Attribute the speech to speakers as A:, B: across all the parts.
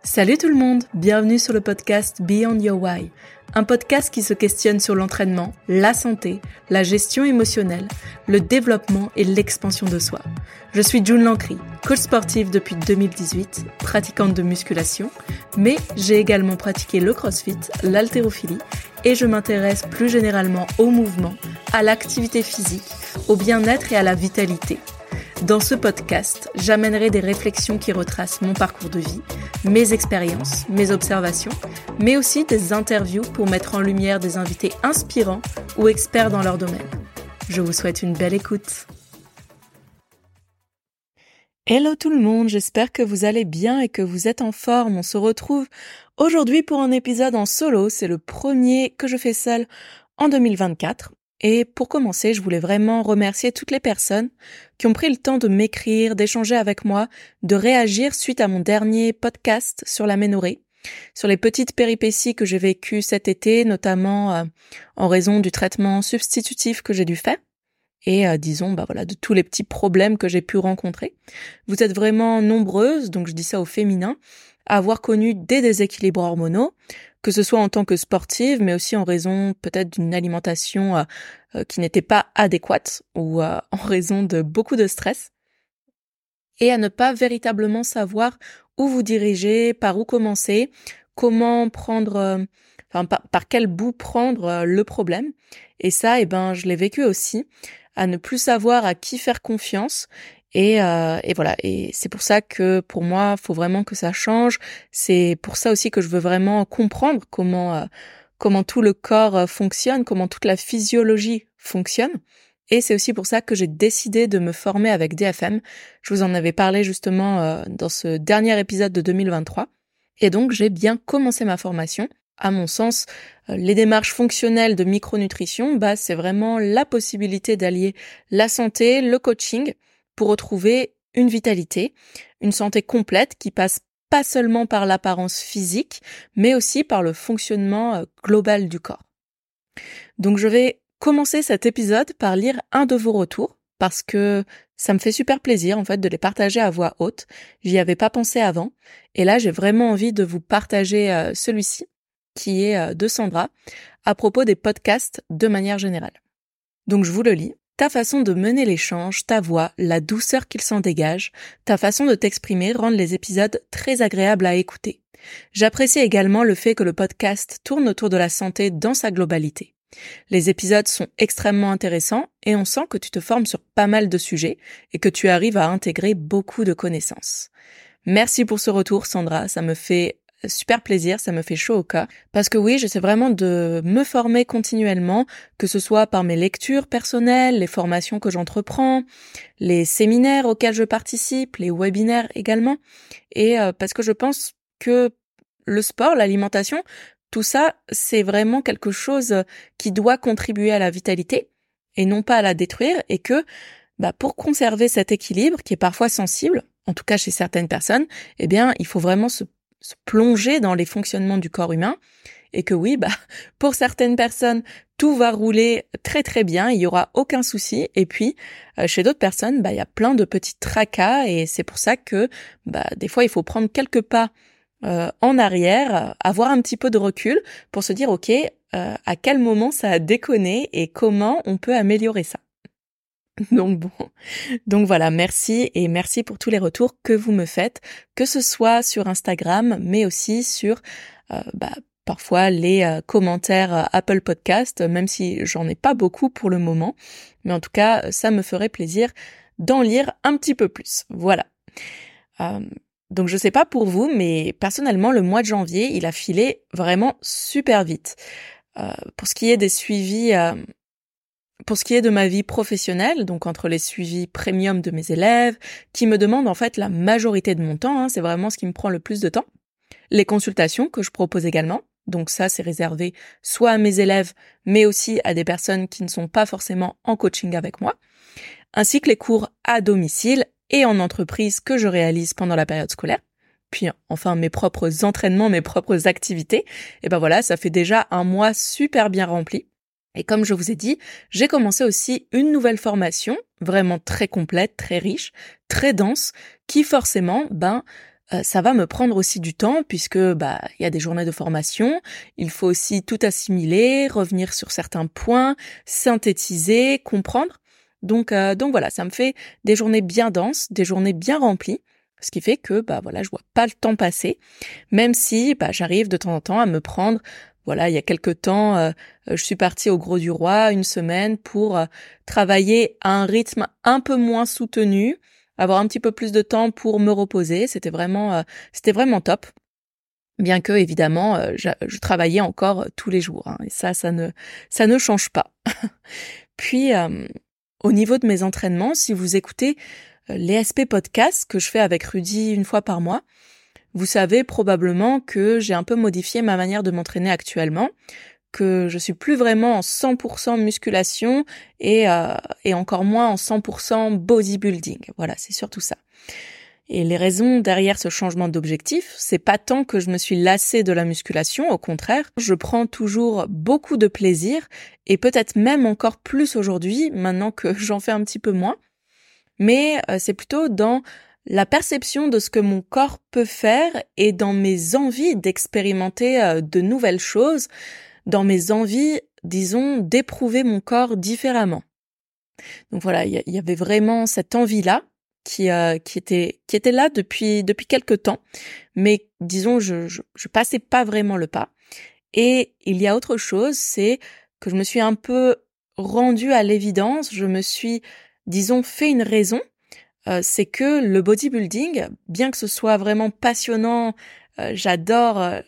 A: Salut tout le monde, bienvenue sur le podcast Beyond Your Why, un podcast qui se questionne sur l'entraînement, la santé, la gestion émotionnelle, le développement et l'expansion de soi. Je suis June Lancry, coach sportive depuis 2018, pratiquante de musculation, mais j'ai également pratiqué le crossfit, l'haltérophilie et je m'intéresse plus généralement au mouvement, à l'activité physique, au bien-être et à la vitalité. Dans ce podcast, j'amènerai des réflexions qui retracent mon parcours de vie, mes expériences, mes observations, mais aussi des interviews pour mettre en lumière des invités inspirants ou experts dans leur domaine. Je vous souhaite une belle écoute. Hello tout le monde, j'espère que vous allez bien et que vous êtes en forme. On se retrouve aujourd'hui pour un épisode en solo, c'est le premier que je fais seul en 2024. Et pour commencer, je voulais vraiment remercier toutes les personnes qui ont pris le temps de m'écrire, d'échanger avec moi, de réagir suite à mon dernier podcast sur l'aménorrhée, sur les petites péripéties que j'ai vécues cet été, notamment en raison du traitement substitutif que j'ai dû faire et de tous les petits problèmes que j'ai pu rencontrer. Vous êtes vraiment nombreuses, donc je dis ça au féminin, à avoir connu des déséquilibres hormonaux, que ce soit en tant que sportive, mais aussi en raison peut-être d'une alimentation qui n'était pas adéquate ou en raison de beaucoup de stress, et à ne pas véritablement savoir où vous diriger, par où commencer, comment prendre, par quel bout prendre le problème. Et ça, je l'ai vécu aussi, à ne plus savoir à qui faire confiance. Et voilà. Et c'est pour ça que pour moi, faut vraiment que ça change. C'est pour ça aussi que je veux vraiment comprendre comment tout le corps fonctionne, comment toute la physiologie fonctionne. Et c'est aussi pour ça que j'ai décidé de me former avec DFM. Je vous en avais parlé justement dans ce dernier épisode de 2023. Et donc, j'ai bien commencé ma formation. À mon sens, les démarches fonctionnelles de micronutrition, c'est vraiment la possibilité d'allier la santé, le coaching, pour retrouver une vitalité, une santé complète qui passe pas seulement par l'apparence physique, mais aussi par le fonctionnement global du corps. Donc je vais commencer cet épisode par lire un de vos retours, parce que ça me fait super plaisir en fait de les partager à voix haute. J'y avais pas pensé avant, et là j'ai vraiment envie de vous partager celui-ci, qui est de Sandra, à propos des podcasts de manière générale. Donc je vous le lis. Ta façon de mener l'échange, ta voix, la douceur qu'il s'en dégage, ta façon de t'exprimer rendent les épisodes très agréables à écouter. J'apprécie également le fait que le podcast tourne autour de la santé dans sa globalité. Les épisodes sont extrêmement intéressants et on sent que tu te formes sur pas mal de sujets et que tu arrives à intégrer beaucoup de connaissances. Merci pour ce retour, Sandra, ça me fait super plaisir, ça me fait chaud au cœur, parce que oui, j'essaie vraiment de me former continuellement, que ce soit par mes lectures personnelles, les formations que j'entreprends, les séminaires auxquels je participe, les webinaires également, et parce que je pense que le sport, l'alimentation, tout ça, c'est vraiment quelque chose qui doit contribuer à la vitalité, et non pas à la détruire, et que pour conserver cet équilibre, qui est parfois sensible, en tout cas chez certaines personnes, il faut vraiment se plonger dans les fonctionnements du corps humain et que oui, pour certaines personnes, tout va rouler très très bien, il y aura aucun souci et puis chez d'autres personnes, il y a plein de petits tracas et c'est pour ça que des fois il faut prendre quelques pas en arrière, avoir un petit peu de recul pour se dire ok, à quel moment ça a déconné et comment on peut améliorer ça. Donc voilà, merci et merci pour tous les retours que vous me faites, que ce soit sur Instagram, mais aussi sur parfois les commentaires Apple Podcast, même si j'en ai pas beaucoup pour le moment, mais en tout cas, ça me ferait plaisir d'en lire un petit peu plus. Voilà. Donc je sais pas pour vous, mais personnellement, le mois de janvier, il a filé vraiment super vite. Pour ce qui est des suivis... Pour ce qui est de ma vie professionnelle, donc entre les suivis premium de mes élèves, qui me demandent en fait la majorité de mon temps, c'est vraiment ce qui me prend le plus de temps, les consultations que je propose également, donc ça c'est réservé soit à mes élèves, mais aussi à des personnes qui ne sont pas forcément en coaching avec moi, ainsi que les cours à domicile et en entreprise que je réalise pendant la période scolaire, puis enfin mes propres entraînements, mes propres activités, et voilà, ça fait déjà un mois super bien rempli. Et comme je vous ai dit, j'ai commencé aussi une nouvelle formation, vraiment très complète, très riche, très dense, qui forcément, ça va me prendre aussi du temps puisque il y a des journées de formation, il faut aussi tout assimiler, revenir sur certains points, synthétiser, comprendre. Donc voilà, ça me fait des journées bien denses, des journées bien remplies, ce qui fait que je vois pas le temps passer, même si j'arrive de temps en temps à me prendre. Voilà, il y a quelque temps, je suis partie au Grau du Roi 1 semaine pour travailler à un rythme un peu moins soutenu, avoir un petit peu plus de temps pour me reposer. C'était vraiment top. Bien que évidemment, je travaillais encore tous les jours, hein, et ça ne change pas. Puis au niveau de mes entraînements, si vous écoutez les SP podcasts que je fais avec Rudy 1 fois par mois, vous savez probablement que j'ai un peu modifié ma manière de m'entraîner actuellement, que je suis plus vraiment en 100% musculation et encore moins en 100% bodybuilding. Voilà, c'est surtout ça. Et les raisons derrière ce changement d'objectif, c'est pas tant que je me suis lassée de la musculation, au contraire, je prends toujours beaucoup de plaisir et peut-être même encore plus aujourd'hui, maintenant que j'en fais un petit peu moins. Mais c'est plutôt dans la perception de ce que mon corps peut faire et dans mes envies d'expérimenter de nouvelles choses, dans mes envies, disons, d'éprouver mon corps différemment. Donc voilà, il y avait vraiment cette envie-là qui était là depuis quelque temps, mais disons, je passais pas vraiment le pas. Et il y a autre chose, c'est que je me suis un peu rendue à l'évidence, je me suis, disons, fait une raison. C'est que le bodybuilding, bien que ce soit vraiment passionnant, j'adore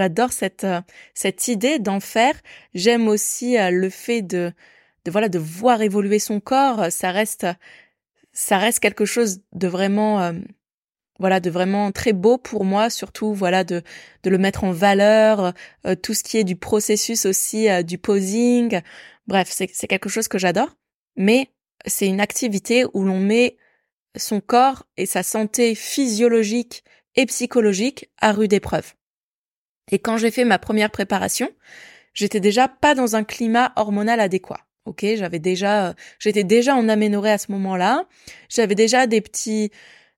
A: cette idée d'en faire. J'aime aussi le fait de voir évoluer son corps. Ça reste quelque chose de vraiment de vraiment très beau pour moi, surtout de le mettre en valeur, tout ce qui est du processus aussi du posing. Bref, c'est quelque chose que j'adore, mais c'est une activité où l'on met son corps et sa santé physiologique et psychologique à rude épreuve. Et quand j'ai fait ma première préparation, j'étais déjà pas dans un climat hormonal adéquat. Ok, j'étais déjà en aménorrhée à ce moment-là. J'avais déjà des petits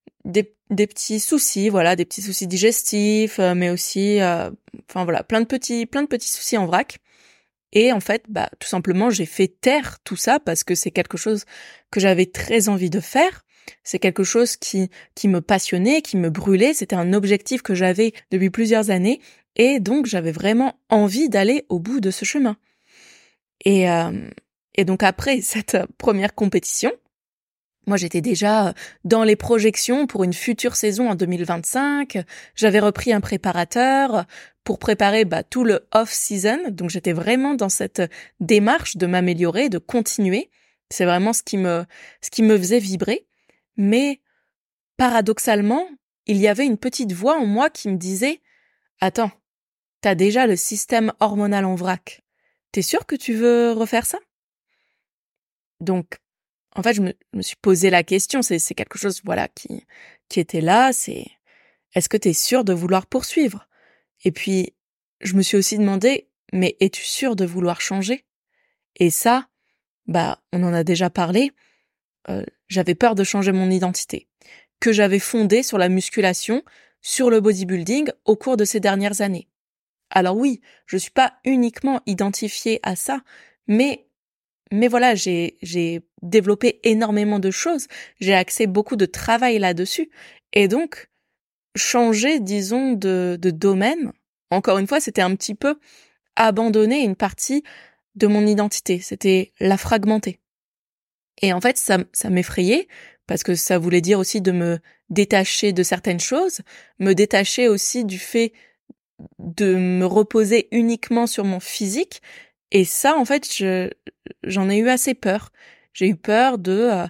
A: soucis, des petits soucis digestifs, mais aussi, plein de petits soucis en vrac. Et en fait, tout simplement, j'ai fait taire tout ça parce que c'est quelque chose que j'avais très envie de faire. C'est quelque chose qui me passionnait, qui me brûlait. C'était un objectif que j'avais depuis plusieurs années. Et donc, j'avais vraiment envie d'aller au bout de ce chemin. Et donc, après cette première compétition, moi, j'étais déjà dans les projections pour une future saison en 2025. J'avais repris un préparateur pour préparer tout le off-season. Donc, j'étais vraiment dans cette démarche de m'améliorer, de continuer. C'est vraiment ce qui me faisait vibrer. Mais paradoxalement, il y avait une petite voix en moi qui me disait « Attends, t'as déjà le système hormonal en vrac. T'es sûr que tu veux refaire ça ?» Donc, en fait, je me suis posé la question, c'est quelque chose qui était là, c'est est-ce que t'es sûr de vouloir poursuivre? Et puis, je me suis aussi demandé, mais es-tu sûr de vouloir changer? Et ça, on en a déjà parlé, j'avais peur de changer mon identité, que j'avais fondée sur la musculation, sur le bodybuilding au cours de ces dernières années. Alors oui, je suis pas uniquement identifiée à ça, mais voilà, j'ai développé énormément de choses, j'ai axé beaucoup de travail là-dessus, et donc changer, disons, de domaine, encore une fois, c'était un petit peu abandonner une partie de mon identité, c'était la fragmenter. Et en fait, ça m'effrayait, parce que ça voulait dire aussi de me détacher de certaines choses, me détacher aussi du fait de me reposer uniquement sur mon physique. Et ça, en fait, j'en ai eu assez peur. J'ai eu peur de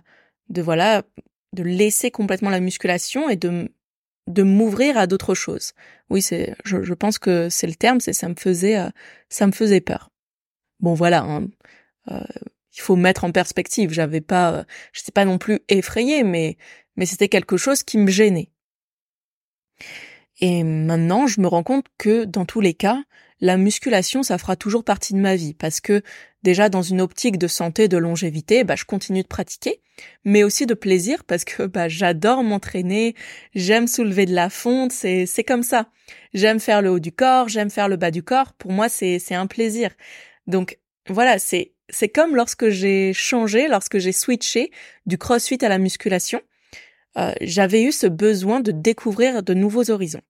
A: laisser complètement la musculation et de m'ouvrir à d'autres choses. Oui, je pense que c'est le terme, ça me faisait peur. Bon, voilà, hein, il faut mettre en perspective. J'étais pas non plus effrayée, mais c'était quelque chose qui me gênait. Et maintenant, je me rends compte que dans tous les cas, la musculation, ça fera toujours partie de ma vie parce que déjà dans une optique de santé, de longévité, je continue de pratiquer, mais aussi de plaisir parce que j'adore m'entraîner, j'aime soulever de la fonte, c'est comme ça. J'aime faire le haut du corps, j'aime faire le bas du corps. Pour moi, c'est un plaisir. Donc voilà, c'est comme lorsque j'ai changé, lorsque j'ai switché du CrossFit à la musculation, j'avais eu ce besoin de découvrir de nouveaux horizons.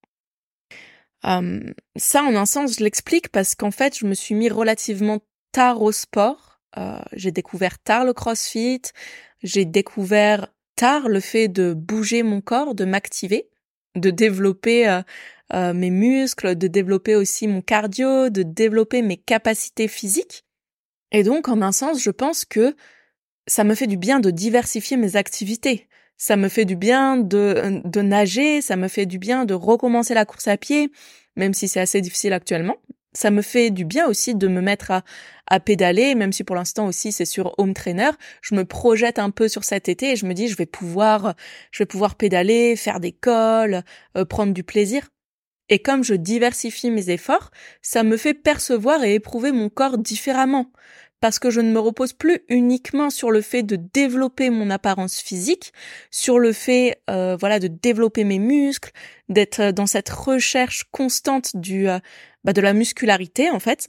A: Ça, en un sens, je l'explique parce qu'en fait, je me suis mis relativement tard au sport. J'ai découvert tard le CrossFit, j'ai découvert tard le fait de bouger mon corps, de m'activer, de développer mes muscles, de développer aussi mon cardio, de développer mes capacités physiques. Et donc, en un sens, je pense que ça me fait du bien de diversifier mes activités. Ça me fait du bien de nager, ça me fait du bien de recommencer la course à pied, même si c'est assez difficile actuellement. Ça me fait du bien aussi de me mettre à pédaler, même si pour l'instant aussi c'est sur home trainer. Je me projette un peu sur cet été et je me dis je vais pouvoir pédaler, faire des cols, prendre du plaisir. Et comme je diversifie mes efforts, ça me fait percevoir et éprouver mon corps différemment. Parce que je ne me repose plus uniquement sur le fait de développer mon apparence physique, sur le fait de développer mes muscles, d'être dans cette recherche constante de la muscularité en fait.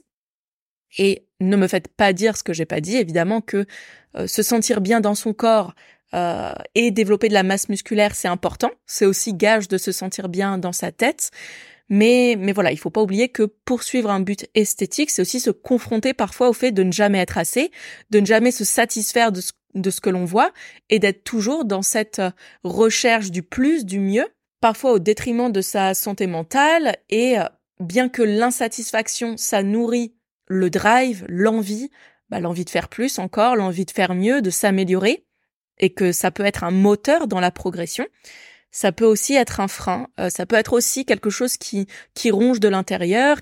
A: Et ne me faites pas dire ce que j'ai pas dit, évidemment que se sentir bien dans son corps et développer de la masse musculaire, c'est important. C'est aussi gage de se sentir bien dans sa tête. Mais voilà, il faut pas oublier que poursuivre un but esthétique, c'est aussi se confronter parfois au fait de ne jamais être assez, de ne jamais se satisfaire de ce que l'on voit et d'être toujours dans cette recherche du plus, du mieux, parfois au détriment de sa santé mentale. Et bien que l'insatisfaction, ça nourrit le drive, l'envie de faire plus encore, l'envie de faire mieux, de s'améliorer, et que ça peut être un moteur dans la progression, ça peut aussi être un frein, ça peut être aussi quelque chose qui ronge de l'intérieur,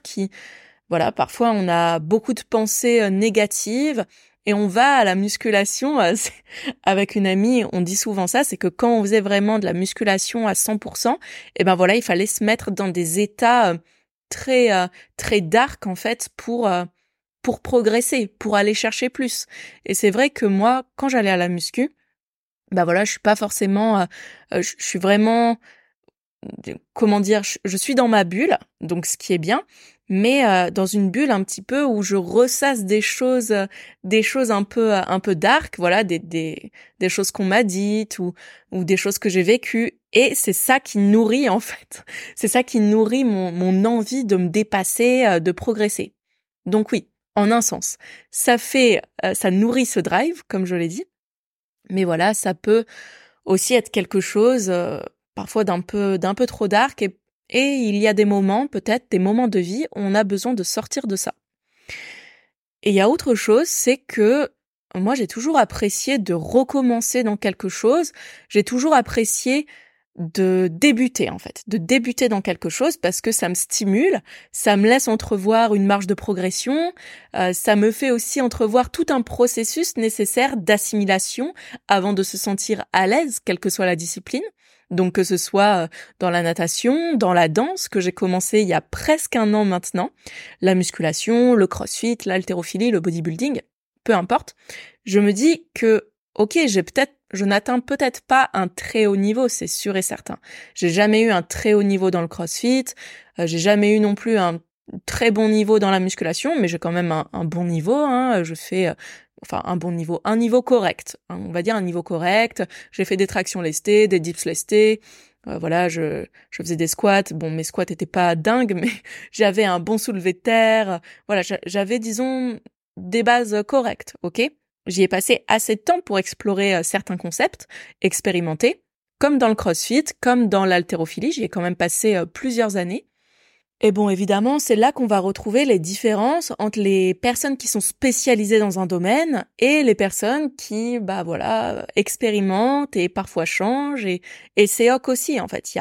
A: parfois on a beaucoup de pensées négatives et on va à la musculation, avec une amie, on dit souvent ça, c'est que quand on faisait vraiment de la musculation à 100%, il fallait se mettre dans des états très très dark en fait pour progresser, pour aller chercher plus. Et c'est vrai que moi, quand j'allais à la muscu, je suis pas forcément, je suis vraiment, je suis dans ma bulle, donc ce qui est bien, mais dans une bulle un petit peu où je ressasse des choses un peu dark, des choses qu'on m'a dites ou des choses que j'ai vécues, et c'est ça qui nourrit en fait, c'est ça qui nourrit mon envie de me dépasser, de progresser. Donc oui, en un sens, ça nourrit ce drive, comme je l'ai dit. Mais voilà, ça peut aussi être quelque chose parfois d'un peu trop dark et il y a des moments, peut-être des moments de vie où on a besoin de sortir de ça. Et il y a autre chose, c'est que moi j'ai toujours apprécié de recommencer dans quelque chose, j'ai toujours apprécié de débuter en fait, de débuter dans quelque chose parce que ça me stimule, ça me laisse entrevoir une marge de progression, ça me fait aussi entrevoir tout un processus nécessaire d'assimilation avant de se sentir à l'aise, quelle que soit la discipline. Donc que ce soit dans la natation, dans la danse que j'ai commencé il y a presque 1 an maintenant, la musculation, le crossfit, l'haltérophilie, le bodybuilding, peu importe, je me dis que ok, je n'atteins peut-être pas un très haut niveau, c'est sûr et certain. J'ai jamais eu un très haut niveau dans le CrossFit, j'ai jamais eu non plus un très bon niveau dans la musculation, mais j'ai quand même un bon niveau, hein. Je fais un bon niveau, un niveau correct, hein, on va dire un niveau correct. J'ai fait des tractions lestées, des dips lestés. Je faisais des squats. Bon, mes squats étaient pas dingues, mais j'avais un bon soulevé de terre. Voilà, j'avais, disons, des bases correctes, ok? J'y ai passé assez de temps pour explorer certains concepts, expérimenter, comme dans le CrossFit, comme dans l'haltérophilie, j'y ai quand même passé plusieurs années. Et bon, évidemment, c'est là qu'on va retrouver les différences entre les personnes qui sont spécialisées dans un domaine et les personnes qui, expérimentent et parfois changent, et c'est ok aussi, en fait. Il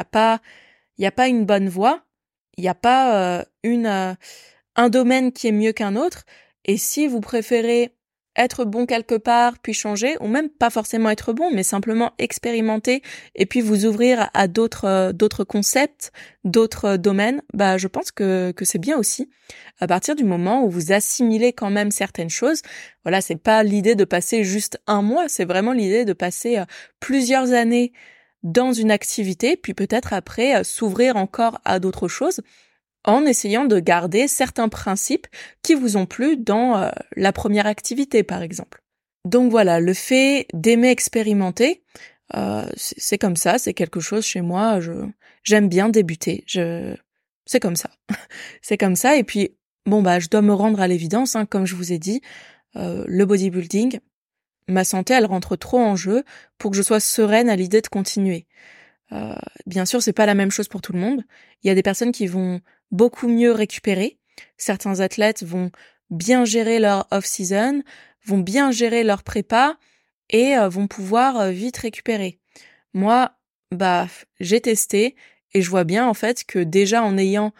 A: y a pas une bonne voie, il y a pas un domaine qui est mieux qu'un autre, et si vous préférez être bon quelque part, puis changer, ou même pas forcément être bon, mais simplement expérimenter et puis vous ouvrir à d'autres concepts, d'autres domaines, bah je pense que c'est bien aussi. À partir du moment où vous assimilez quand même certaines choses, voilà, c'est pas l'idée de passer juste un mois, c'est vraiment l'idée de passer plusieurs années dans une activité, puis peut-être après s'ouvrir encore à d'autres choses en essayant de garder certains principes qui vous ont plu dans la première activité, par exemple. Donc voilà, le fait d'aimer expérimenter, c'est comme ça, c'est quelque chose chez moi, j'aime bien débuter, c'est comme ça. C'est comme ça, et puis, bon bah, je dois me rendre à l'évidence, hein, comme je vous ai dit, le bodybuilding, ma santé, elle rentre trop en jeu pour que je sois sereine à l'idée de continuer. Bien sûr, c'est pas la même chose pour tout le monde. Il y a des personnes qui vont beaucoup mieux récupérer. Certains athlètes vont bien gérer leur off-season, vont bien gérer leur prépa et vont pouvoir vite récupérer. Moi, bah, j'ai testé et je vois bien en fait que déjà en ayant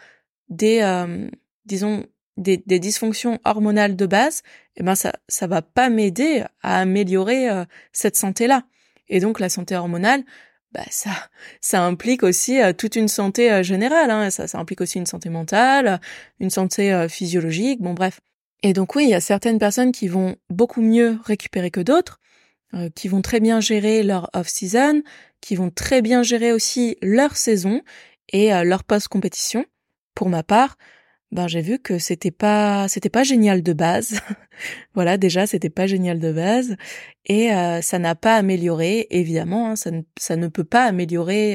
A: disons des dysfonctions hormonales de base, eh ben ça va pas m'aider à améliorer cette santé-là. Et donc la santé hormonale, bah ça implique aussi toute une santé générale, hein. Ça implique aussi une santé mentale, une santé physiologique, bon bref. Et donc oui, il y a certaines personnes qui vont beaucoup mieux récupérer que d'autres, qui vont très bien gérer leur off-season, qui vont très bien gérer aussi leur saison et leur post-compétition. Pour ma part, ben j'ai vu que c'était pas génial de base. Voilà, déjà c'était pas génial de base et ça n'a pas amélioré évidemment, hein, ça ne peut pas améliorer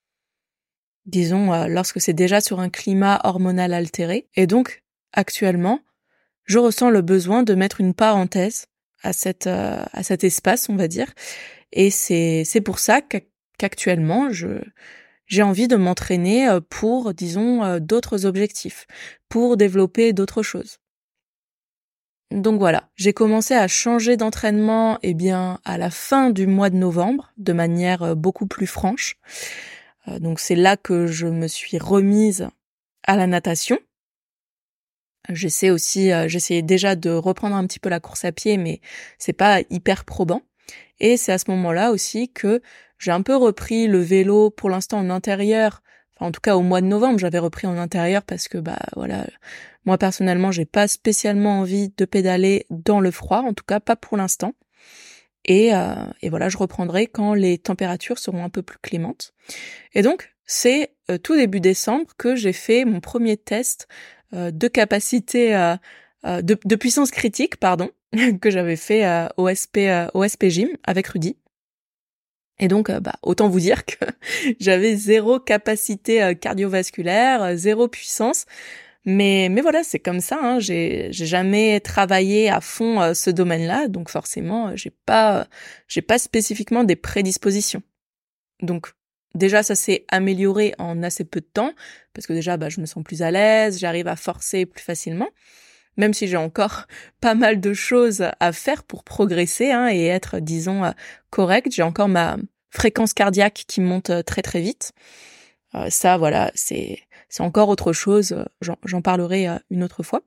A: disons lorsque c'est déjà sur un climat hormonal altéré, et donc actuellement, je ressens le besoin de mettre une parenthèse à cet espace, on va dire, et c'est pour ça qu'actuellement j'ai envie de m'entraîner pour, disons, d'autres objectifs, pour développer d'autres choses. Donc voilà, j'ai commencé à changer d'entraînement, bien, à la fin du mois de novembre, de manière beaucoup plus franche. Donc c'est là que je me suis remise à la natation. J'essayais déjà de reprendre un petit peu la course à pied, mais c'est pas hyper probant. Et c'est à ce moment-là aussi que j'ai un peu repris le vélo, pour l'instant en intérieur. Enfin, en tout cas, au mois de novembre, j'avais repris en intérieur parce que, bah, voilà, moi personnellement, j'ai pas spécialement envie de pédaler dans le froid, en tout cas pas pour l'instant. Et voilà, je reprendrai quand les températures seront un peu plus clémentes. Et donc, c'est tout début décembre que j'ai fait mon premier test de capacité de puissance critique, pardon, que j'avais fait au SP Gym avec Rudy. Et donc, bah, autant vous dire que j'avais zéro capacité cardiovasculaire, zéro puissance. Mais voilà, c'est comme ça, hein. J'ai jamais travaillé à fond ce domaine-là, donc forcément, j'ai pas spécifiquement des prédispositions. Donc, déjà, ça s'est amélioré en assez peu de temps, parce que déjà, bah, je me sens plus à l'aise, j'arrive à forcer plus facilement, même si j'ai encore pas mal de choses à faire pour progresser, hein, et être, disons, correct. J'ai encore ma fréquence cardiaque qui monte très très vite. Ça, voilà, c'est encore autre chose. J'en parlerai une autre fois.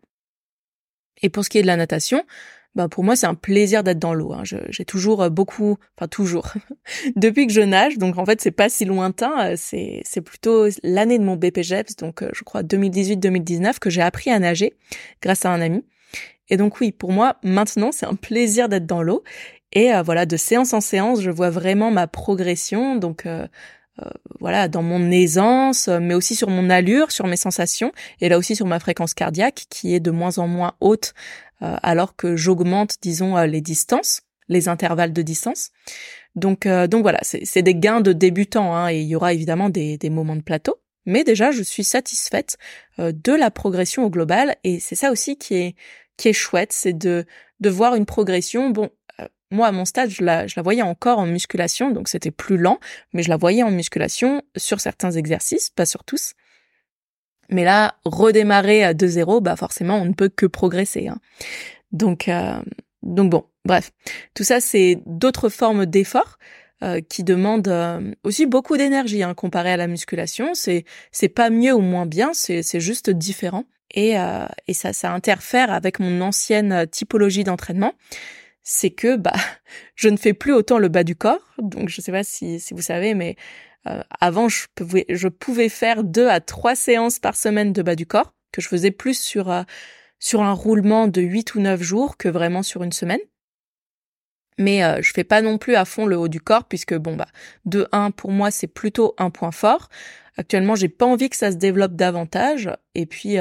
A: Et pour ce qui est de la natation, bah pour moi c'est un plaisir d'être dans l'eau, hein. J'ai toujours toujours depuis que je nage, donc en fait c'est pas si lointain, c'est plutôt l'année de mon BPGEPS, donc je crois 2018-2019 que j'ai appris à nager grâce à un ami. Et donc oui, pour moi maintenant c'est un plaisir d'être dans l'eau, et voilà, de séance en séance, je vois vraiment ma progression, donc voilà, dans mon aisance, mais aussi sur mon allure, sur mes sensations, et là aussi sur ma fréquence cardiaque qui est de moins en moins haute alors que j'augmente, disons, les distances, les intervalles de distance. Donc voilà, c'est des gains de débutants, hein, et il y aura évidemment des moments de plateau, mais déjà je suis satisfaite de la progression au global, et c'est ça aussi qui est chouette, c'est de voir une progression. Bon, moi, à mon stade, je la voyais encore en musculation, donc c'était plus lent, mais je la voyais en musculation sur certains exercices, pas sur tous. Mais là, redémarrer de zéro, bah forcément, on ne peut que progresser, hein. Donc bon, bref. Tout ça, c'est d'autres formes d'efforts qui demandent aussi beaucoup d'énergie, hein, comparé à la musculation. C'est pas mieux ou moins bien, c'est juste différent. Et ça interfère avec mon ancienne typologie d'entraînement. c'est que je ne fais plus autant le bas du corps. Donc je sais pas si vous savez, mais avant je pouvais faire 2 à 3 séances par semaine de bas du corps, que je faisais plus sur un roulement de 8 ou 9 jours que vraiment sur une semaine. Mais je fais pas non plus à fond le haut du corps puisque de 1 pour moi c'est plutôt un point fort. Actuellement, j'ai pas envie que ça se développe davantage et puis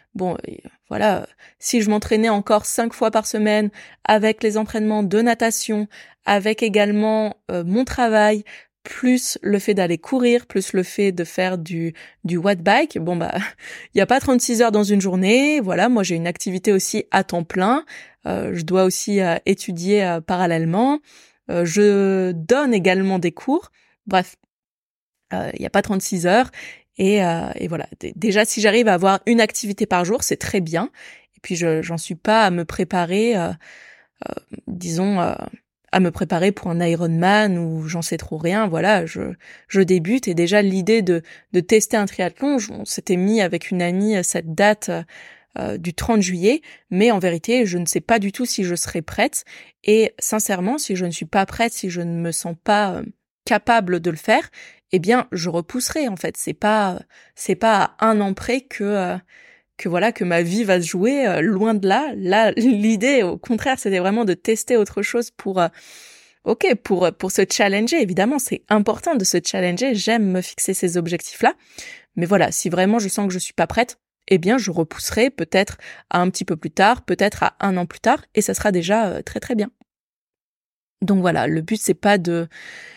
A: voilà, si je m'entraînais encore 5 fois par semaine avec les entraînements de natation, avec également mon travail, plus le fait d'aller courir, plus le fait de faire du watt bike, il y a pas 36 heures dans une journée. Voilà, moi j'ai une activité aussi à temps plein. Je dois aussi étudier parallèlement. Je donne également des cours. Bref, il y a pas 36 heures. Et voilà. Déjà, si j'arrive à avoir une activité par jour, c'est très bien. Et puis, j'en suis pas à me préparer, disons, à me préparer pour un Ironman ou j'en sais trop rien. Voilà, je débute et déjà l'idée de tester un triathlon, on s'était mis avec une amie cette date du 30 juillet, mais en vérité, je ne sais pas du tout si je serai prête. Et sincèrement, si je ne suis pas prête, si je ne me sens pas capable de le faire, eh bien, je repousserai. En fait, c'est pas à un an près que ma vie va se jouer. Loin de là. Là, l'idée, au contraire, c'était vraiment de tester autre chose pour se challenger. Évidemment, c'est important de se challenger. J'aime me fixer ces objectifs-là. Mais voilà, si vraiment je sens que je suis pas prête, eh bien, je repousserai peut-être à un petit peu plus tard, peut-être à 1 an plus tard, et ça sera déjà très très bien. Donc voilà, le but c'est pas de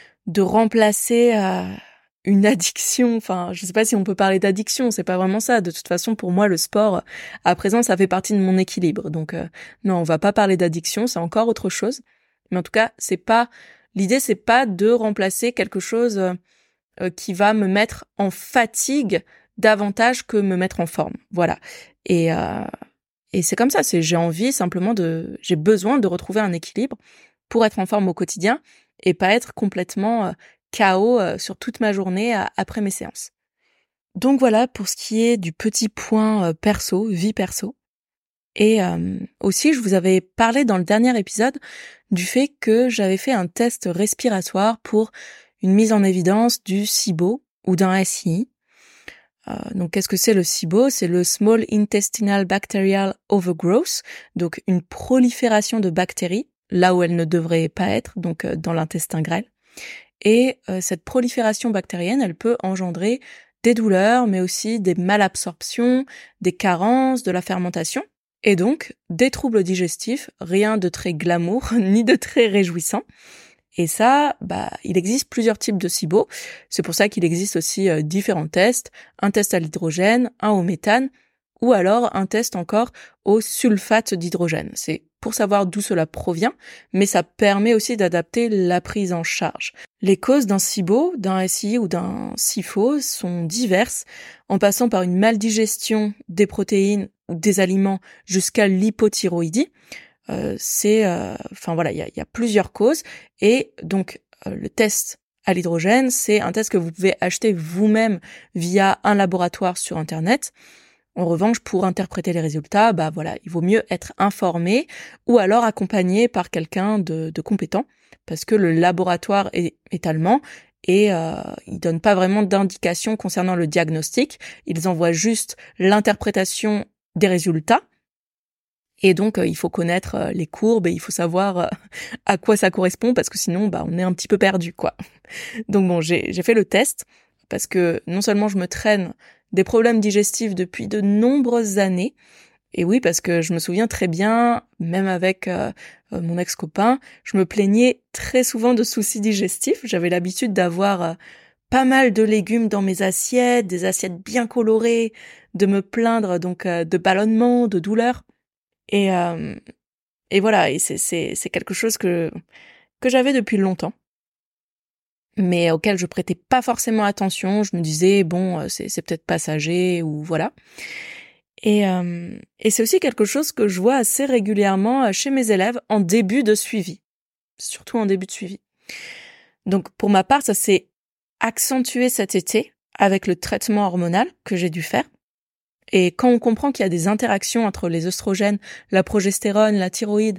A: remplacer une addiction. Enfin, je sais pas si on peut parler d'addiction, c'est pas vraiment ça. De toute façon, pour moi, le sport, à présent, ça fait partie de mon équilibre. Donc non, on va pas parler d'addiction, c'est encore autre chose. Mais en tout cas, l'idée, c'est pas de remplacer quelque chose qui va me mettre en fatigue davantage que me mettre en forme. Voilà. Et c'est comme ça, j'ai besoin de retrouver un équilibre pour être en forme au quotidien et pas être complètement KO sur toute ma journée après mes séances. Donc voilà pour ce qui est du petit point perso, vie perso. Et aussi, je vous avais parlé dans le dernier épisode du fait que j'avais fait un test respiratoire pour une mise en évidence du SIBO ou d'un SII. Donc qu'est-ce que c'est le SIBO ? C'est le Small Intestinal Bacterial Overgrowth, donc une prolifération de bactéries là où elles ne devraient pas être, donc dans l'intestin grêle. Et cette prolifération bactérienne, elle peut engendrer des douleurs, mais aussi des malabsorptions, des carences, de la fermentation, et donc des troubles digestifs, rien de très glamour, ni de très réjouissant. Et ça, il existe plusieurs types de SIBO. C'est pour ça qu'il existe aussi différents tests, un test à l'hydrogène, un au méthane, ou alors un test encore au sulfate d'hydrogène. C'est pour savoir d'où cela provient, mais ça permet aussi d'adapter la prise en charge. Les causes d'un SIBO, d'un SI ou d'un SIFO sont diverses, en passant par une maldigestion des protéines ou des aliments jusqu'à l'hypothyroïdie. Il y a plusieurs causes et donc le test à l'hydrogène, c'est un test que vous pouvez acheter vous-même via un laboratoire sur internet. En revanche, pour interpréter les résultats, il vaut mieux être informé ou alors accompagné par quelqu'un de compétent parce que le laboratoire est allemand et ils donnent pas vraiment d'indications concernant le diagnostic, ils envoient juste l'interprétation des résultats. Et donc, il faut connaître les courbes et il faut savoir à quoi ça correspond parce que sinon, on est un petit peu perdu, quoi. Donc bon, j'ai fait le test parce que non seulement je me traîne des problèmes digestifs depuis de nombreuses années, et oui, parce que je me souviens très bien, même avec mon ex-copain, je me plaignais très souvent de soucis digestifs. J'avais l'habitude d'avoir pas mal de légumes dans mes assiettes, des assiettes bien colorées, de me plaindre donc de ballonnements, de douleurs. Et voilà, et c'est quelque chose que j'avais depuis longtemps, mais auquel je prêtais pas forcément attention. Je me disais c'est peut-être passager ou voilà. Et c'est aussi quelque chose que je vois assez régulièrement chez mes élèves en début de suivi, surtout en début de suivi. Donc pour ma part, ça s'est accentué cet été avec le traitement hormonal que j'ai dû faire. Et quand on comprend qu'il y a des interactions entre les œstrogènes, la progestérone, la thyroïde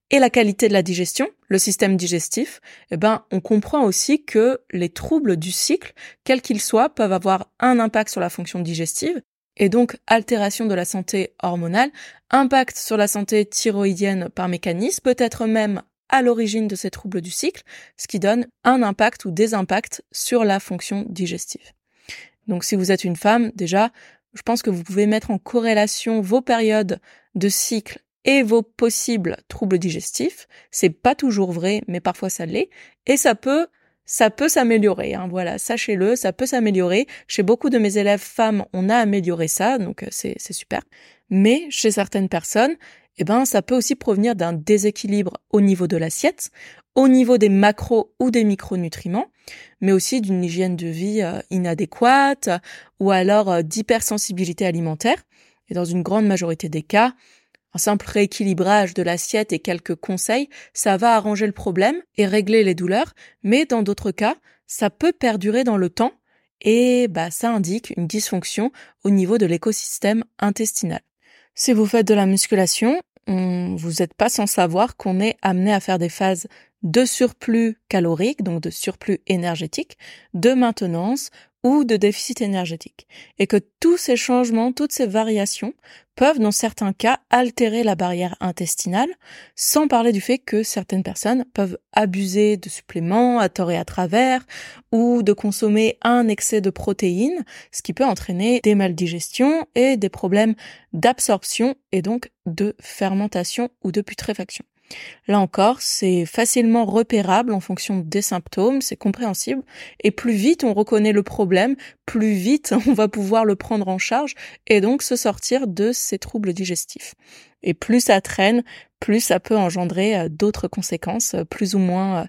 A: et la qualité de la digestion, le système digestif, on comprend aussi que les troubles du cycle, quels qu'ils soient, peuvent avoir un impact sur la fonction digestive et donc altération de la santé hormonale, impact sur la santé thyroïdienne par mécanisme, peut-être même à l'origine de ces troubles du cycle, ce qui donne un impact ou des impacts sur la fonction digestive. Donc si vous êtes une femme, déjà, je pense que vous pouvez mettre en corrélation vos périodes de cycle et vos possibles troubles digestifs. C'est pas toujours vrai, mais parfois ça l'est. Et ça peut s'améliorer, hein. Voilà, sachez-le, ça peut s'améliorer. Chez beaucoup de mes élèves femmes, on a amélioré ça, donc c'est super. Mais chez certaines personnes, ça peut aussi provenir d'un déséquilibre au niveau de l'assiette, au niveau des macros ou des micronutriments, mais aussi d'une hygiène de vie inadéquate ou alors d'hypersensibilité alimentaire. Et dans une grande majorité des cas, un simple rééquilibrage de l'assiette et quelques conseils, ça va arranger le problème et régler les douleurs, mais dans d'autres cas, ça peut perdurer dans le temps et ça indique une dysfonction au niveau de l'écosystème intestinal. Si vous faites de la musculation, vous n'êtes pas sans savoir qu'on est amené à faire des phases de surplus calorique, donc de surplus énergétique, de maintenance ou de déficit énergétique. Et que tous ces changements, toutes ces variations peuvent dans certains cas altérer la barrière intestinale, sans parler du fait que certaines personnes peuvent abuser de suppléments à tort et à travers ou de consommer un excès de protéines, ce qui peut entraîner des maldigestions et des problèmes d'absorption et donc de fermentation ou de putréfaction. Là encore, c'est facilement repérable en fonction des symptômes, c'est compréhensible, et plus vite on reconnaît le problème, plus vite on va pouvoir le prendre en charge et donc se sortir de ces troubles digestifs. Et plus ça traîne, plus ça peut engendrer d'autres conséquences plus ou moins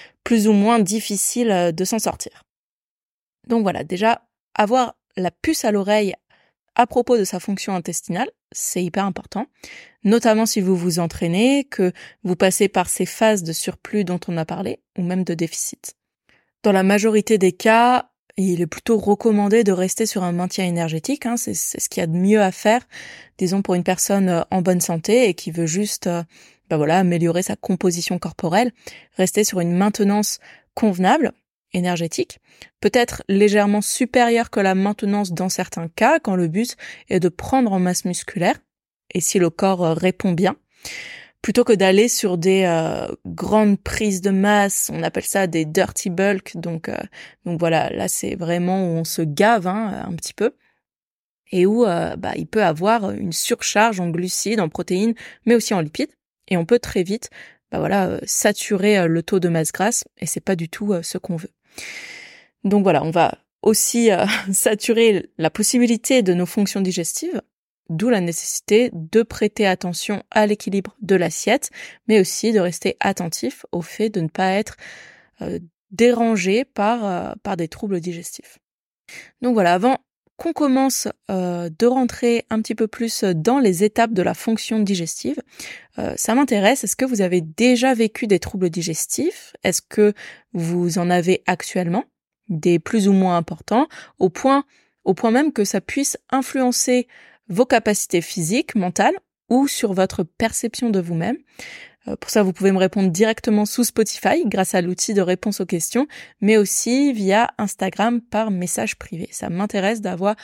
A: difficiles de s'en sortir. Donc voilà, déjà, avoir la puce à l'oreille à propos de sa fonction intestinale, c'est hyper important, notamment si vous vous entraînez, que vous passez par ces phases de surplus dont on a parlé, ou même de déficit. Dans la majorité des cas, il est plutôt recommandé de rester sur un maintien énergétique, c'est ce qu'il y a de mieux à faire, disons pour une personne en bonne santé et qui veut juste améliorer sa composition corporelle, rester sur une maintenance convenable, énergétique, peut-être légèrement supérieure que la maintenance dans certains cas, quand le but est de prendre en masse musculaire, et si le corps répond bien, plutôt que d'aller sur des grandes prises de masse, on appelle ça des dirty bulk, donc voilà, là c'est vraiment où on se gave un petit peu, et où il peut avoir une surcharge en glucides, en protéines, mais aussi en lipides, et on peut très vite saturer le taux de masse grasse, et c'est pas du tout ce qu'on veut. Donc voilà, on va aussi saturer la possibilité de nos fonctions digestives, d'où la nécessité de prêter attention à l'équilibre de l'assiette, mais aussi de rester attentif au fait de ne pas être dérangé par des troubles digestifs. Donc voilà, avant qu'on commence de rentrer un petit peu plus dans les étapes de la fonction digestive, ça m'intéresse, est-ce que vous avez déjà vécu des troubles digestifs? Est-ce que vous en avez actuellement, des plus ou moins importants, au point même que ça puisse influencer vos capacités physiques, mentales, ou sur votre perception de vous-même? Pour ça, vous pouvez me répondre directement sous Spotify grâce à l'outil de réponse aux questions, mais aussi via Instagram par message privé. Ça m'intéresse d'avoir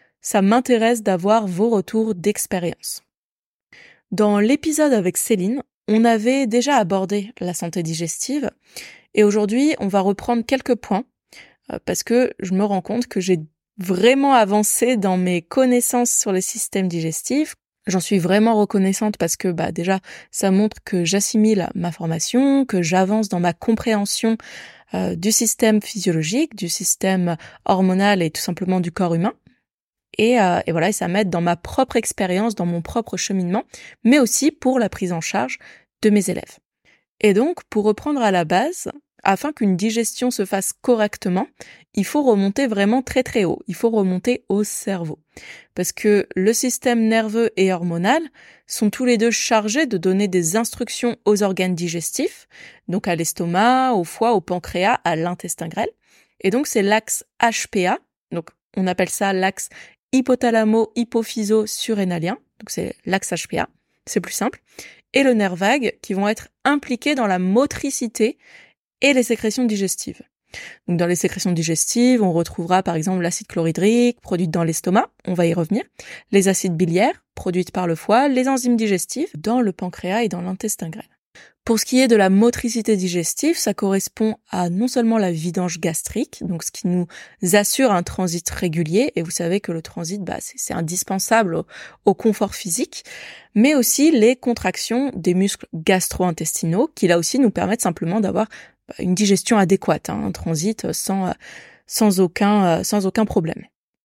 A: vos retours d'expérience. Dans l'épisode avec Céline, on avait déjà abordé la santé digestive et aujourd'hui, on va reprendre quelques points parce que je me rends compte que j'ai vraiment avancé dans mes connaissances sur le système digestif. J'en suis vraiment reconnaissante parce que déjà ça montre que j'assimile ma formation, que j'avance dans ma compréhension du système physiologique, du système hormonal et tout simplement du corps humain. Et voilà, et ça m'aide dans ma propre expérience, dans mon propre cheminement, mais aussi pour la prise en charge de mes élèves. Et donc, pour reprendre à la base, afin qu'une digestion se fasse correctement, il faut remonter vraiment très très haut. Il faut remonter au cerveau. Parce que le système nerveux et hormonal sont tous les deux chargés de donner des instructions aux organes digestifs, donc à l'estomac, au foie, au pancréas, à l'intestin grêle. Et donc c'est l'axe HPA, donc on appelle ça l'axe hypothalamo-hypophyso-surrénalien, donc c'est l'axe HPA. c'est plus simple, et le nerf vague qui vont être impliqués dans la motricité et les sécrétions digestives. Donc dans les sécrétions digestives, on retrouvera par exemple l'acide chlorhydrique produite dans l'estomac, on va y revenir, les acides biliaires produites par le foie, les enzymes digestives dans le pancréas et dans l'intestin grêle. Pour ce qui est de la motricité digestive, ça correspond à non seulement la vidange gastrique, donc ce qui nous assure un transit régulier, et vous savez que le transit, c'est indispensable au confort physique, mais aussi les contractions des muscles gastro-intestinaux, qui là aussi nous permettent simplement d'avoir une digestion adéquate, un transit sans aucun problème.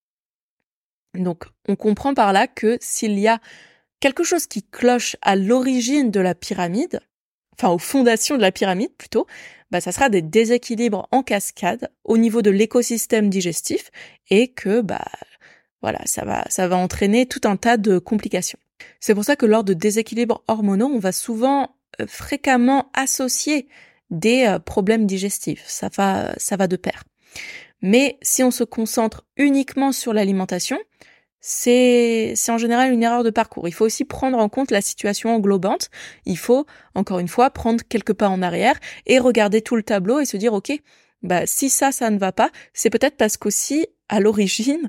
A: Donc on comprend par là que s'il y a quelque chose qui cloche à l'origine de la pyramide, enfin aux fondations de la pyramide plutôt, ça sera des déséquilibres en cascade au niveau de l'écosystème digestif et que ça va entraîner tout un tas de complications. C'est pour ça que lors de déséquilibres hormonaux, on va souvent fréquemment associer des problèmes digestifs. Ça va de pair. Mais si on se concentre uniquement sur l'alimentation, c'est en général une erreur de parcours. Il faut aussi prendre en compte la situation englobante. Il faut, encore une fois, prendre quelques pas en arrière et regarder tout le tableau et se dire, ok, si ça ne va pas, c'est peut-être parce qu'aussi, à l'origine,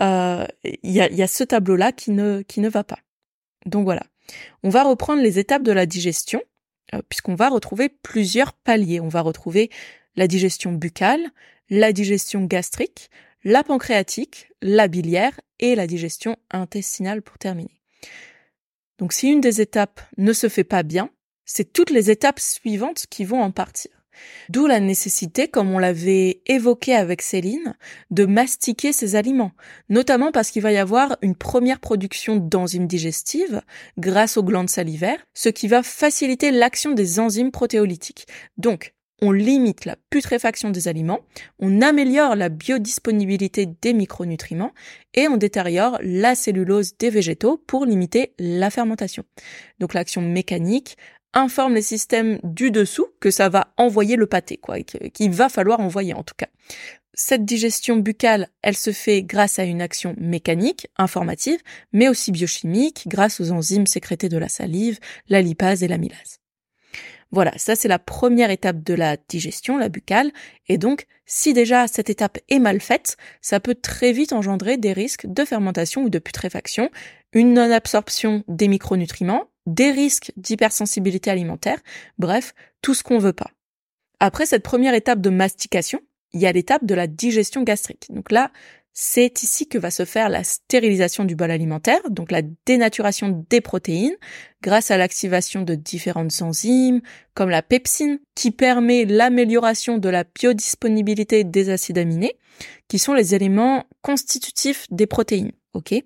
A: il y a ce tableau-là qui ne va pas. Donc voilà. On va reprendre les étapes de la digestion, puisqu'on va retrouver plusieurs paliers. On va retrouver la digestion buccale, la digestion gastrique, la pancréatique, la biliaire et la digestion intestinale pour terminer. Donc si une des étapes ne se fait pas bien, c'est toutes les étapes suivantes qui vont en partir. D'où la nécessité, comme on l'avait évoqué avec Céline, de mastiquer ces aliments, notamment parce qu'il va y avoir une première production d'enzymes digestives grâce aux glandes salivaires, ce qui va faciliter l'action des enzymes protéolytiques. Donc, on limite la putréfaction des aliments, on améliore la biodisponibilité des micronutriments et on détériore la cellulose des végétaux pour limiter la fermentation. Donc l'action mécanique informe les systèmes du dessous que ça va envoyer le pâté, qu'il va falloir envoyer en tout cas. Cette digestion buccale, elle se fait grâce à une action mécanique, informative, mais aussi biochimique, grâce aux enzymes sécrétées de la salive, la lipase et l'amylase. Voilà, ça c'est la première étape de la digestion, la buccale, et donc si déjà cette étape est mal faite, ça peut très vite engendrer des risques de fermentation ou de putréfaction, une non-absorption des micronutriments, des risques d'hypersensibilité alimentaire, bref, tout ce qu'on veut pas. Après cette première étape de mastication, il y a l'étape de la digestion gastrique. Donc là, c'est ici que va se faire la stérilisation du bol alimentaire, donc la dénaturation des protéines, grâce à l'activation de différentes enzymes, comme la pepsine, qui permet l'amélioration de la biodisponibilité des acides aminés, qui sont les éléments constitutifs des protéines.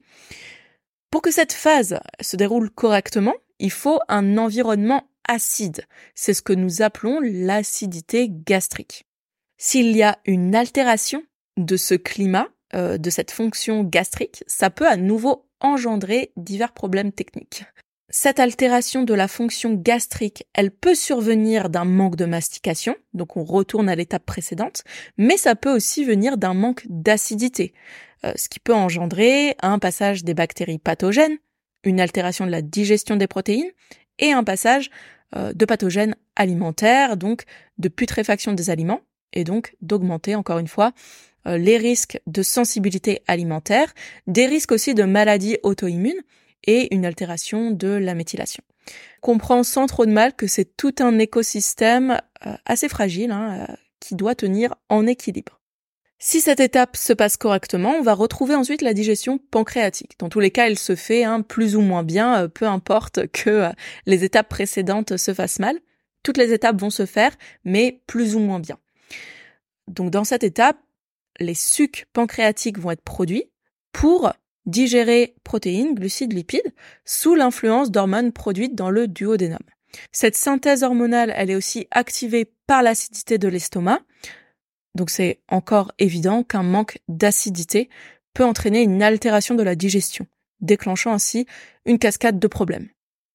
A: Pour que cette phase se déroule correctement, il faut un environnement acide. C'est ce que nous appelons l'acidité gastrique. S'il y a une altération de ce climat, de cette fonction gastrique, ça peut à nouveau engendrer divers problèmes techniques. Cette altération de la fonction gastrique, elle peut survenir d'un manque de mastication, donc on retourne à l'étape précédente, mais ça peut aussi venir d'un manque d'acidité, ce qui peut engendrer un passage des bactéries pathogènes, une altération de la digestion des protéines et un passage de pathogènes alimentaires, donc de putréfaction des aliments, et donc d'augmenter encore une fois les risques de sensibilité alimentaire, des risques aussi de maladies auto-immunes et une altération de la méthylation. On comprend sans trop de mal que c'est tout un écosystème assez fragile qui doit tenir en équilibre. Si cette étape se passe correctement, on va retrouver ensuite la digestion pancréatique. Dans tous les cas, elle se fait plus ou moins bien, peu importe que les étapes précédentes se fassent mal. Toutes les étapes vont se faire, mais plus ou moins bien. Donc dans cette étape, les sucs pancréatiques vont être produits pour digérer protéines, glucides, lipides, sous l'influence d'hormones produites dans le duodénum. Cette synthèse hormonale, elle est aussi activée par l'acidité de l'estomac. Donc c'est encore évident qu'un manque d'acidité peut entraîner une altération de la digestion, déclenchant ainsi une cascade de problèmes.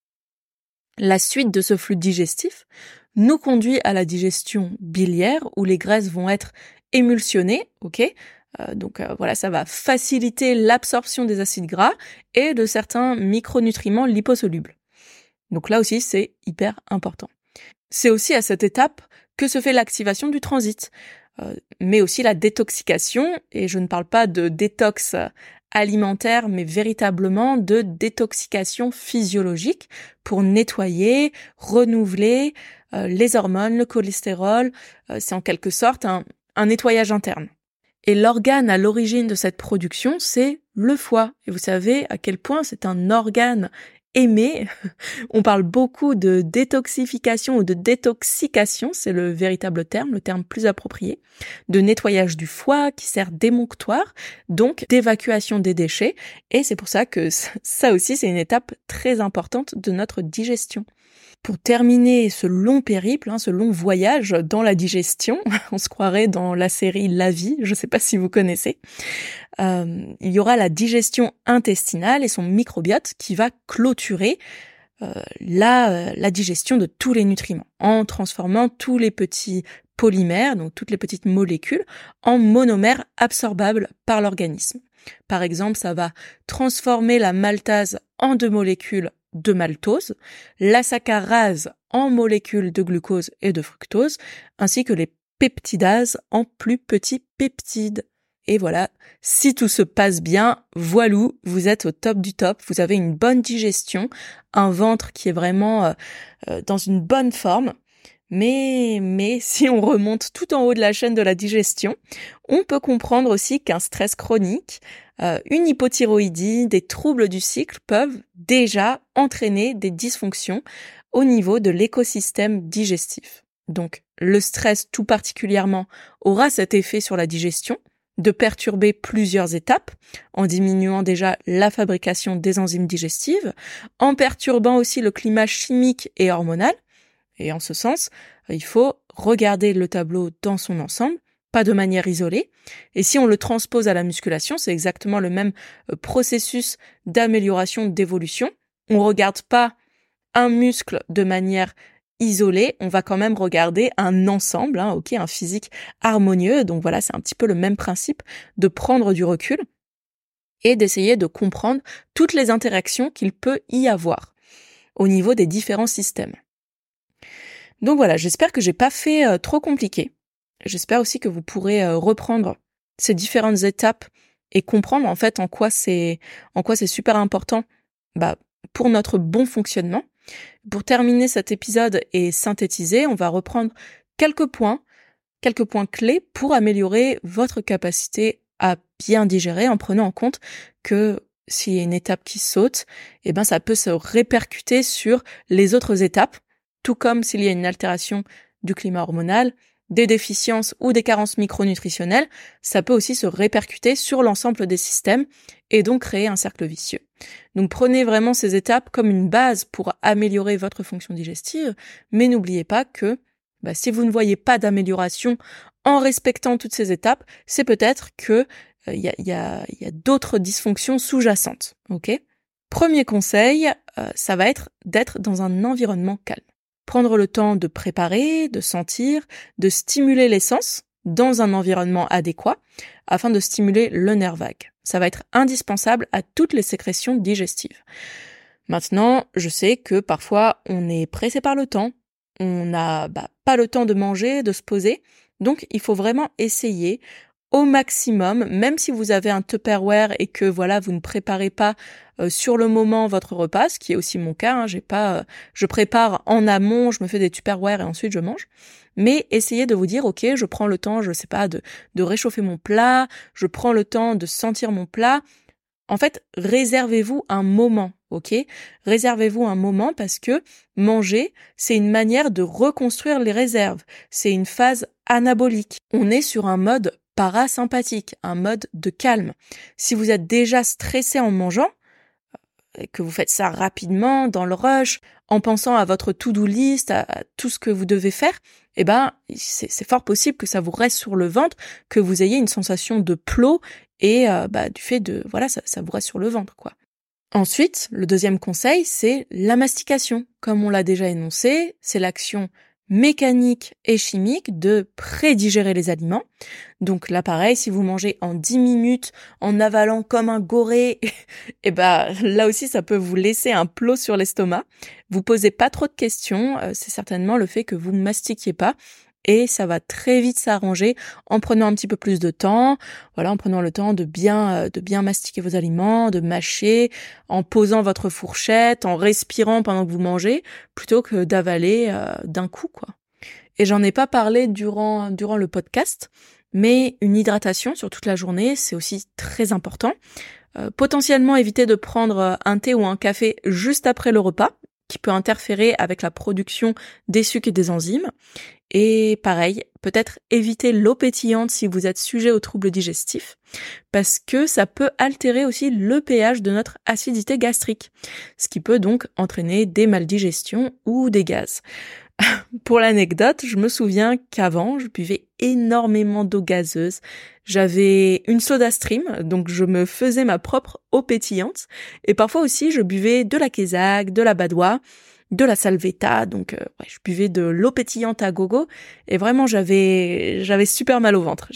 A: La suite de ce flux digestif nous conduit à la digestion biliaire où les graisses vont être émulsionnées, voilà, ça va faciliter l'absorption des acides gras et de certains micronutriments liposolubles. Donc là aussi, c'est hyper important. C'est aussi à cette étape que se fait l'activation du transit, mais aussi la détoxication, et je ne parle pas de détox alimentaire, mais véritablement de détoxication physiologique pour nettoyer, renouveler les hormones, le cholestérol. C'est en quelque sorte un nettoyage interne. Et l'organe à l'origine de cette production, c'est le foie. Et vous savez à quel point c'est un organe aimé. On parle beaucoup de détoxification ou de détoxication, c'est le véritable terme, le terme plus approprié, de nettoyage du foie qui sert d'émonctoire, donc d'évacuation des déchets. Et c'est pour ça que ça aussi, c'est une étape très importante de notre digestion. Pour terminer ce long périple, ce long voyage dans la digestion, on se croirait dans la série La Vie, je ne sais pas si vous connaissez, il y aura la digestion intestinale et son microbiote qui va clôturer la digestion de tous les nutriments en transformant tous les petits polymères, donc toutes les petites molécules, en monomères absorbables par l'organisme. Par exemple, ça va transformer la maltase en 2 molécules de maltose, la saccharase en molécules de glucose et de fructose, ainsi que les peptidases en plus petits peptides. Et voilà, si tout se passe bien, voilou, vous êtes au top du top, vous avez une bonne digestion, un ventre qui est vraiment dans une bonne forme. Mais si on remonte tout en haut de la chaîne de la digestion, on peut comprendre aussi qu'un stress chronique, une hypothyroïdie, des troubles du cycle peuvent déjà entraîner des dysfonctions au niveau de l'écosystème digestif. Donc, le stress tout particulièrement aura cet effet sur la digestion, de perturber plusieurs étapes, en diminuant déjà la fabrication des enzymes digestives, en perturbant aussi le climat chimique et hormonal. Et en ce sens, il faut regarder le tableau dans son ensemble, pas de manière isolée. Et si on le transpose à la musculation, c'est exactement le même processus d'amélioration, d'évolution. On ne regarde pas un muscle de manière isolée, on va quand même regarder un ensemble, un physique harmonieux. Donc voilà, c'est un petit peu le même principe de prendre du recul et d'essayer de comprendre toutes les interactions qu'il peut y avoir au niveau des différents systèmes. Donc voilà, j'espère que j'ai pas fait trop compliqué. J'espère aussi que vous pourrez reprendre ces différentes étapes et comprendre en fait en quoi c'est super important pour notre bon fonctionnement. Pour terminer cet épisode et synthétiser, on va reprendre quelques points clés pour améliorer votre capacité à bien digérer en prenant en compte que s'il y a une étape qui saute, ça peut se répercuter sur les autres étapes. Tout comme s'il y a une altération du climat hormonal, des déficiences ou des carences micronutritionnelles, ça peut aussi se répercuter sur l'ensemble des systèmes et donc créer un cercle vicieux. Donc prenez vraiment ces étapes comme une base pour améliorer votre fonction digestive, mais n'oubliez pas que si vous ne voyez pas d'amélioration en respectant toutes ces étapes, c'est peut-être que y a d'autres dysfonctions sous-jacentes. Ok ? Premier conseil, ça va être d'être dans un environnement calme. Prendre le temps de préparer, de sentir, de stimuler les sens dans un environnement adéquat afin de stimuler le nerf vague. Ça va être indispensable à toutes les sécrétions digestives. Maintenant, je sais que parfois on est pressé par le temps, on n'a pas le temps de manger, de se poser, donc il faut vraiment essayer au maximum, même si vous avez un Tupperware et que vous ne préparez pas sur le moment votre repas, ce qui est aussi mon cas, je prépare en amont, je me fais des Tupperware et ensuite je mange. Mais essayez de vous dire, ok, je prends le temps, de réchauffer mon plat, je prends le temps de sentir mon plat. En fait, réservez-vous un moment, ok ? Réservez-vous un moment parce que manger, c'est une manière de reconstruire les réserves. C'est une phase anabolique. On est sur un mode parasympathique, un mode de calme. Si vous êtes déjà stressé en mangeant, que vous faites ça rapidement, dans le rush, en pensant à votre to-do list, à tout ce que vous devez faire, c'est fort possible que ça vous reste sur le ventre, que vous ayez une sensation de plot et du fait de, ça vous reste sur le ventre, quoi. Ensuite, le deuxième conseil, c'est la mastication. Comme on l'a déjà énoncé, c'est l'action mécanique et chimique de prédigérer les aliments. Donc là, pareil, si vous mangez en 10 minutes, en avalant comme un goré, et là aussi, ça peut vous laisser un plot sur l'estomac. Vous posez pas trop de questions, c'est certainement le fait que vous mastiquiez pas. Et ça va très vite s'arranger en prenant un petit peu plus de temps, en prenant le temps de bien mastiquer vos aliments, de mâcher, en posant votre fourchette, en respirant pendant que vous mangez, plutôt que d'avaler d'un coup, quoi. Et j'en ai pas parlé durant le podcast, mais une hydratation sur toute la journée, c'est aussi très important. Potentiellement éviter de prendre un thé ou un café juste après le repas, qui peut interférer avec la production des sucs et des enzymes. Et pareil, peut-être éviter l'eau pétillante si vous êtes sujet aux troubles digestifs, parce que ça peut altérer aussi le pH de notre acidité gastrique, ce qui peut donc entraîner des maldigestions ou des gaz. Pour l'anecdote, je me souviens qu'avant, je buvais énormément d'eau gazeuse. J'avais une SodaStream, donc je me faisais ma propre eau pétillante. Et parfois aussi, je buvais de la Kézak, de la Badois, de la Salvetta. Donc, je buvais de l'eau pétillante à gogo. Et vraiment, j'avais super mal au ventre.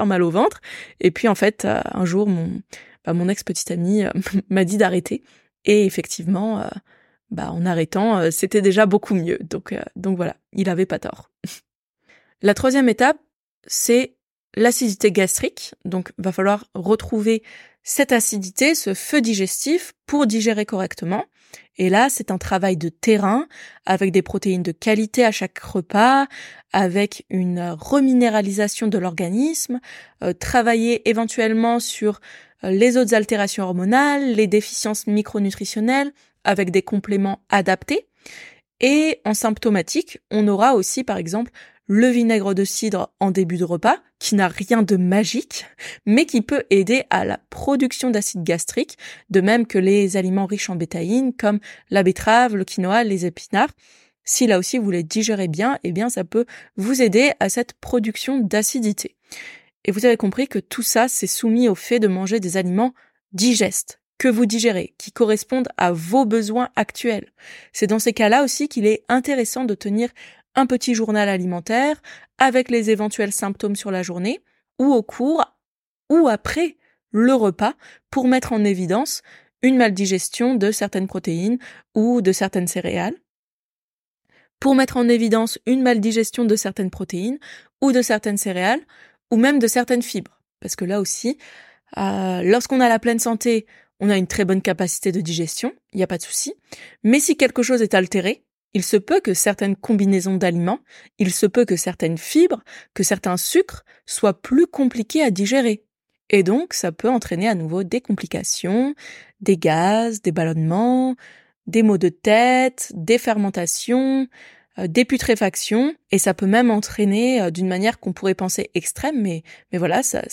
A: Et puis, en fait, un jour, mon ex-petite amie m'a dit d'arrêter. Et effectivement, en arrêtant, c'était déjà beaucoup mieux. Donc voilà, il avait pas tort. La troisième étape, c'est l'acidité gastrique. Donc, va falloir retrouver cette acidité, ce feu digestif pour digérer correctement. Et là, c'est un travail de terrain avec des protéines de qualité à chaque repas, avec une reminéralisation de l'organisme, travailler éventuellement sur les autres altérations hormonales, les déficiences micronutritionnelles, avec des compléments adaptés. Et en symptomatique, on aura aussi, par exemple, le vinaigre de cidre en début de repas, qui n'a rien de magique, mais qui peut aider à la production d'acide gastrique, de même que les aliments riches en bétaïne, comme la betterave, le quinoa, les épinards. Si là aussi vous les digérez bien, ça peut vous aider à cette production d'acidité. Et vous avez compris que tout ça, c'est soumis au fait de manger des aliments digestes, que vous digérez, qui correspondent à vos besoins actuels. C'est dans ces cas-là aussi qu'il est intéressant de tenir un petit journal alimentaire avec les éventuels symptômes sur la journée ou au cours ou après le repas pour mettre en évidence une maldigestion de certaines protéines ou de certaines céréales, pour mettre en évidence une maldigestion de certaines protéines ou de certaines céréales ou même de certaines fibres. Parce que là aussi, lorsqu'on a la pleine santé, on a une très bonne capacité de digestion, il n'y a pas de souci. Mais si quelque chose est altéré, il se peut que certaines combinaisons d'aliments, il se peut que certaines fibres, que certains sucres soient plus compliqués à digérer. Et donc, ça peut entraîner à nouveau des complications, des gaz, des ballonnements, des maux de tête, des fermentations, des putréfactions, et ça peut même entraîner d'une manière qu'on pourrait penser extrême, mais voilà, ça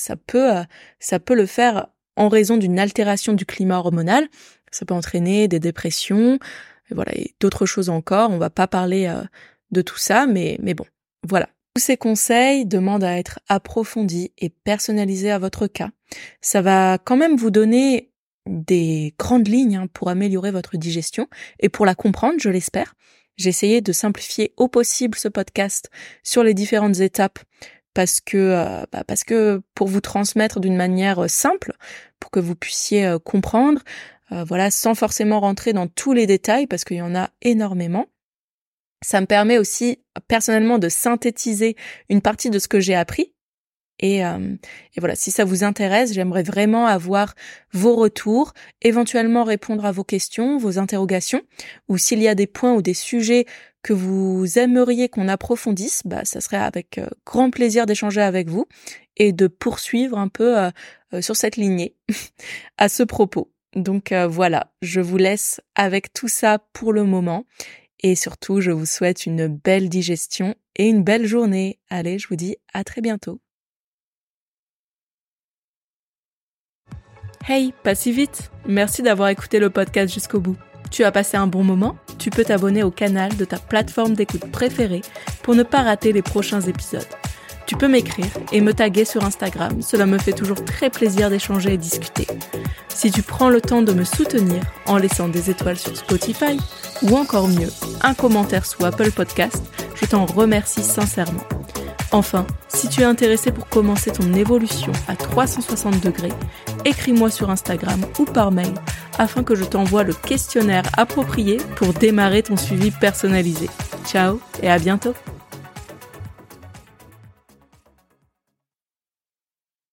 A: peut le faire en raison d'une altération du climat hormonal. Ça peut entraîner des dépressions, et d'autres choses encore. On va pas parler de tout ça, mais bon, voilà. Tous ces conseils demandent à être approfondis et personnalisés à votre cas. Ça va quand même vous donner des grandes lignes pour améliorer votre digestion et pour la comprendre, je l'espère. J'ai essayé de simplifier au possible ce podcast sur les différentes étapes parce que pour vous transmettre d'une manière simple, pour que vous puissiez comprendre, sans forcément rentrer dans tous les détails parce qu'il y en a énormément. Ça me permet aussi personnellement de synthétiser une partie de ce que j'ai appris. Et voilà, si ça vous intéresse, j'aimerais vraiment avoir vos retours, éventuellement répondre à vos questions, vos interrogations, ou s'il y a des points ou des sujets que vous aimeriez qu'on approfondisse, ça serait avec grand plaisir d'échanger avec vous et de poursuivre un peu sur cette lignée à ce propos. Donc voilà, je vous laisse avec tout ça pour le moment et surtout je vous souhaite une belle digestion et une belle journée. Allez, je vous dis à très bientôt. Hey, pas si vite! Merci d'avoir écouté le podcast jusqu'au bout. Tu as passé un bon moment? Tu peux t'abonner au canal de ta plateforme d'écoute préférée pour ne pas rater les prochains épisodes. Tu peux m'écrire et me taguer sur Instagram, cela me fait toujours très plaisir d'échanger et discuter. Si tu prends le temps de me soutenir en laissant des étoiles sur Spotify, ou encore mieux, un commentaire sous Apple Podcast, Je t'en remercie sincèrement. Enfin, si tu es intéressé pour commencer ton évolution à 360 degrés, écris-moi sur Instagram ou par mail afin que je t'envoie le questionnaire approprié pour démarrer ton suivi personnalisé. Ciao et à bientôt!